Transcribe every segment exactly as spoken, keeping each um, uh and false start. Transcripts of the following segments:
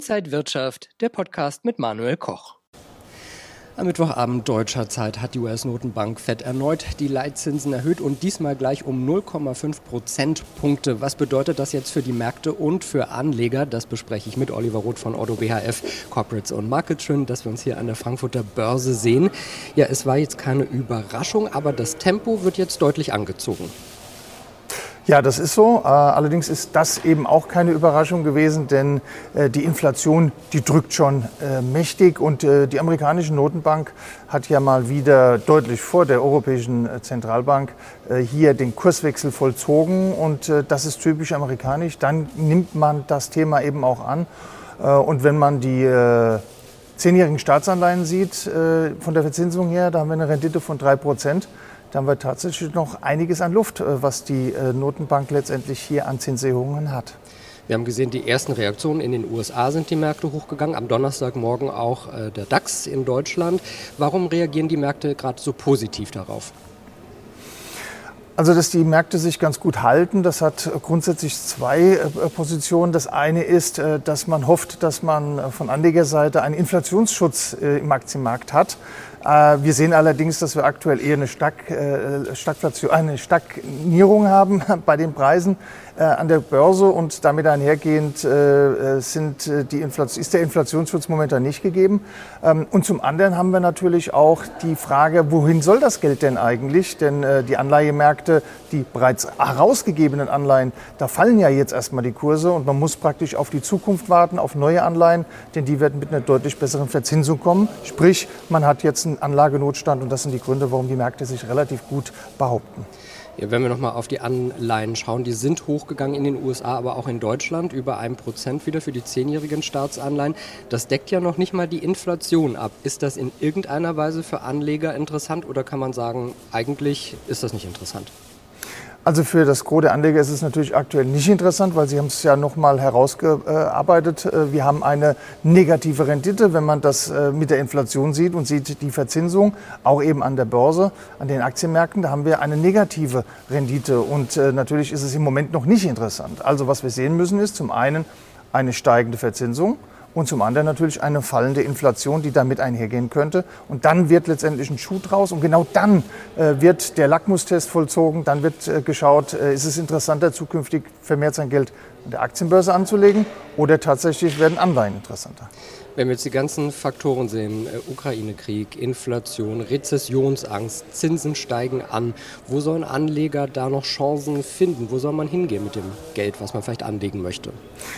Inside Wirtschaft, der Podcast mit Manuel Koch. Am Mittwochabend deutscher Zeit hat die U S-Notenbank Fed erneut die Leitzinsen erhöht und diesmal gleich um null Komma fünf Prozentpunkte. Was bedeutet das jetzt für die Märkte und für Anleger? Das bespreche ich mit Oliver Roth von Oddo B H F Corporates und Markets. Schön, dass wir uns hier an der Frankfurter Börse sehen. Ja, es war jetzt keine Überraschung, aber das Tempo wird jetzt deutlich angezogen. Ja, das ist so. Allerdings ist das eben auch keine Überraschung gewesen, denn die Inflation, die drückt schon mächtig. Und die amerikanische Notenbank hat ja mal wieder deutlich vor der Europäischen Zentralbank hier den Kurswechsel vollzogen. Und das ist typisch amerikanisch. Dann nimmt man das Thema eben auch an. Und wenn man die zehnjährigen Staatsanleihen sieht, von der Verzinsung her, da haben wir eine Rendite von drei Prozent. Da haben wir tatsächlich noch einiges an Luft, was die Notenbank letztendlich hier an Zinserhöhungen hat. Wir haben gesehen, die ersten Reaktionen in den U S A sind die Märkte hochgegangen. Am Donnerstagmorgen auch äh, der DAX in Deutschland. Warum reagieren die Märkte gerade so positiv darauf? Also, dass die Märkte sich ganz gut halten, das hat grundsätzlich zwei Positionen. Das eine ist, dass man hofft, dass man von Anlegerseite einen Inflationsschutz im Aktienmarkt hat. Wir sehen allerdings, dass wir aktuell eher eine, Stag, Stagflation, eine Stagnierung haben bei den Preisen an der Börse und damit einhergehend sind die Inflation, ist der Inflationsschutz momentan nicht gegeben. Und zum anderen haben wir natürlich auch die Frage, wohin soll das Geld denn eigentlich? Denn die Anleihemärkte, die bereits herausgegebenen Anleihen, da fallen ja jetzt erstmal die Kurse und man muss praktisch auf die Zukunft warten, auf neue Anleihen, denn die werden mit einer deutlich besseren Verzinsung kommen. Sprich, man hat jetzt einen Anlagenotstand und das sind die Gründe, warum die Märkte sich relativ gut behaupten. Ja, wenn wir nochmal auf die Anleihen schauen, die sind hochgegangen in den U S A, aber auch in Deutschland, über ein Prozent wieder für die zehnjährigen Staatsanleihen. Das deckt ja noch nicht mal die Inflation ab. Ist das in irgendeiner Weise für Anleger interessant oder kann man sagen, eigentlich ist das nicht interessant? Also für das Gros der Anleger ist es natürlich aktuell nicht interessant, weil Sie haben es ja nochmal herausgearbeitet. Wir haben eine negative Rendite, wenn man das mit der Inflation sieht und sieht die Verzinsung, auch eben an der Börse, an den Aktienmärkten, da haben wir eine negative Rendite und natürlich ist es im Moment noch nicht interessant. Also was wir sehen müssen ist zum einen eine steigende Verzinsung. Und zum anderen natürlich eine fallende Inflation, die damit einhergehen könnte. Und dann wird letztendlich ein Schuh draus. Und genau dann äh, wird der Lackmustest vollzogen. Dann wird äh, geschaut, äh, ist es interessanter, zukünftig vermehrt sein Geld an der Aktienbörse anzulegen oder tatsächlich werden Anleihen interessanter. Wenn wir jetzt die ganzen Faktoren sehen, äh, Ukraine-Krieg, Inflation, Rezessionsangst, Zinsen steigen an, wo sollen Anleger da noch Chancen finden? Wo soll man hingehen mit dem Geld, was man vielleicht anlegen möchte?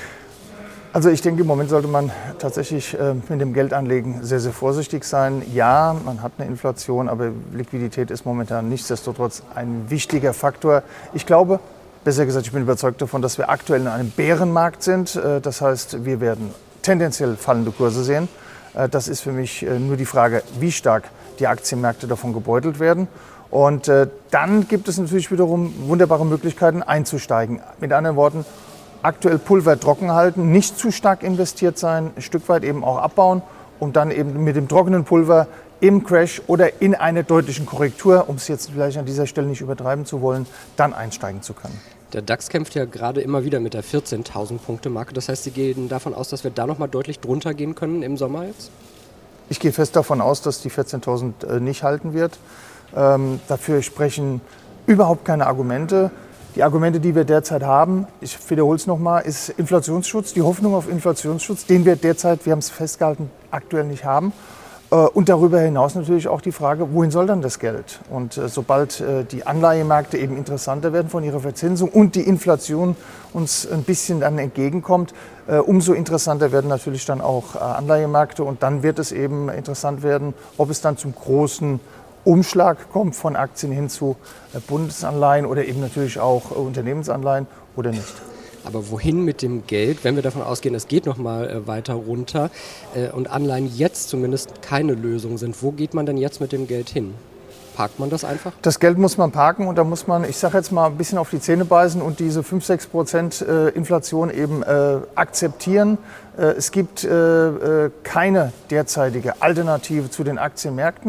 Also ich denke, im Moment sollte man tatsächlich äh, mit dem Geldanlegen sehr, sehr vorsichtig sein. Ja, man hat eine Inflation, aber Liquidität ist momentan nichtsdestotrotz ein wichtiger Faktor. Ich glaube, besser gesagt, ich bin überzeugt davon, dass wir aktuell in einem Bärenmarkt sind. Äh, das heißt, wir werden tendenziell fallende Kurse sehen. Äh, das ist für mich äh, nur die Frage, wie stark die Aktienmärkte davon gebeutelt werden. Und äh, dann gibt es natürlich wiederum wunderbare Möglichkeiten einzusteigen. Mit anderen Worten, aktuell Pulver trocken halten, nicht zu stark investiert sein, ein Stück weit eben auch abbauen, um dann eben mit dem trockenen Pulver im Crash oder in einer deutlichen Korrektur, um es jetzt vielleicht an dieser Stelle nicht übertreiben zu wollen, dann einsteigen zu können. Der DAX kämpft ja gerade immer wieder mit der vierzehntausend Punkte Marke. Das heißt, Sie gehen davon aus, dass wir da noch mal deutlich drunter gehen können im Sommer jetzt? Ich gehe fest davon aus, dass die vierzehntausend nicht halten wird. Ähm, dafür sprechen überhaupt keine Argumente. Die Argumente, die wir derzeit haben, ich wiederhole es nochmal, ist Inflationsschutz, die Hoffnung auf Inflationsschutz, den wir derzeit, wir haben es festgehalten, aktuell nicht haben. Und darüber hinaus natürlich auch die Frage, wohin soll dann das Geld? Und sobald die Anleihemärkte eben interessanter werden von ihrer Verzinsung und die Inflation uns ein bisschen dann entgegenkommt, umso interessanter werden natürlich dann auch Anleihemärkte. Und dann wird es eben interessant werden, ob es dann zum großen Umschlag kommt von Aktien hin zu Bundesanleihen oder eben natürlich auch Unternehmensanleihen oder nicht. Aber wohin mit dem Geld, wenn wir davon ausgehen, es geht noch mal weiter runter und Anleihen jetzt zumindest keine Lösung sind, wo geht man denn jetzt mit dem Geld hin? Parkt man das einfach? Das Geld muss man parken und da muss man, ich sage jetzt mal, ein bisschen auf die Zähne beißen und diese fünf bis sechs Prozent Inflation eben äh, akzeptieren. Äh, es gibt äh, keine derzeitige Alternative zu den Aktienmärkten.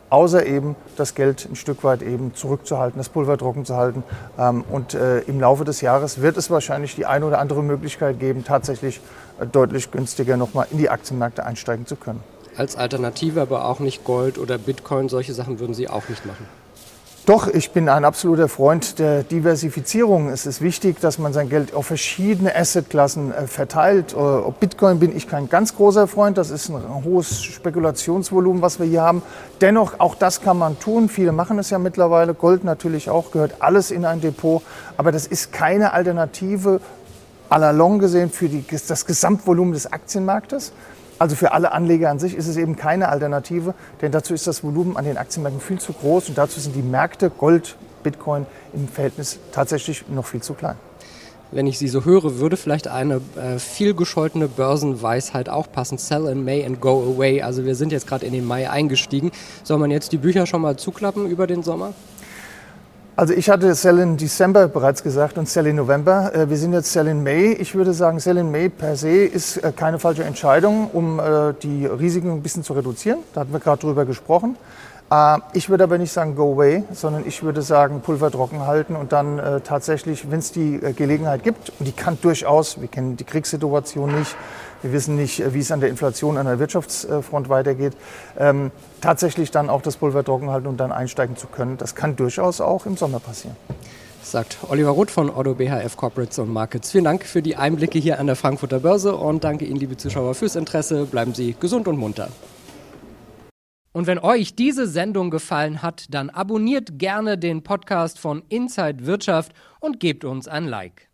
außer eben das Geld ein Stück weit eben zurückzuhalten, das Pulver trocken zu halten. Und im Laufe des Jahres wird es wahrscheinlich die eine oder andere Möglichkeit geben, tatsächlich deutlich günstiger nochmal in die Aktienmärkte einsteigen zu können. Als Alternative aber auch nicht Gold oder Bitcoin, solche Sachen würden Sie auch nicht machen? Doch, ich bin ein absoluter Freund der Diversifizierung. Es ist wichtig, dass man sein Geld auf verschiedene Assetklassen verteilt. Ob Bitcoin bin ich kein ganz großer Freund. Das ist ein hohes Spekulationsvolumen, was wir hier haben. Dennoch, auch das kann man tun. Viele machen es ja mittlerweile. Gold natürlich auch, gehört alles in ein Depot. Aber das ist keine Alternative à la longue gesehen für die, das Gesamtvolumen des Aktienmarktes. Also für alle Anleger an sich ist es eben keine Alternative, denn dazu ist das Volumen an den Aktienmärkten viel zu groß und dazu sind die Märkte Gold, Bitcoin im Verhältnis tatsächlich noch viel zu klein. Wenn ich Sie so höre, würde vielleicht eine äh, viel gescholtene Börsenweisheit auch passen. Sell in May and go away. Also wir sind jetzt gerade in den Mai eingestiegen. Soll man jetzt die Bücher schon mal zuklappen über den Sommer? Also ich hatte Sell in December bereits gesagt und Sell in November. Wir sind jetzt Sell in May. Ich würde sagen, Sell in May per se ist keine falsche Entscheidung, um die Risiken ein bisschen zu reduzieren. Da hatten wir gerade drüber gesprochen. Ich würde aber nicht sagen go away, sondern ich würde sagen Pulver trocken halten und dann tatsächlich, wenn es die Gelegenheit gibt, und die kann durchaus, wir kennen die Kriegssituation nicht, wir wissen nicht, wie es an der Inflation, an der Wirtschaftsfront weitergeht, ähm, tatsächlich dann auch das Pulver trocken halten und dann einsteigen zu können. Das kann durchaus auch im Sommer passieren. Sagt Oliver Roth von Oddo B H F Corporates und Markets. Vielen Dank für die Einblicke hier an der Frankfurter Börse und danke Ihnen, liebe Zuschauer, fürs Interesse. Bleiben Sie gesund und munter. Und wenn euch diese Sendung gefallen hat, dann abonniert gerne den Podcast von Inside Wirtschaft und gebt uns ein Like.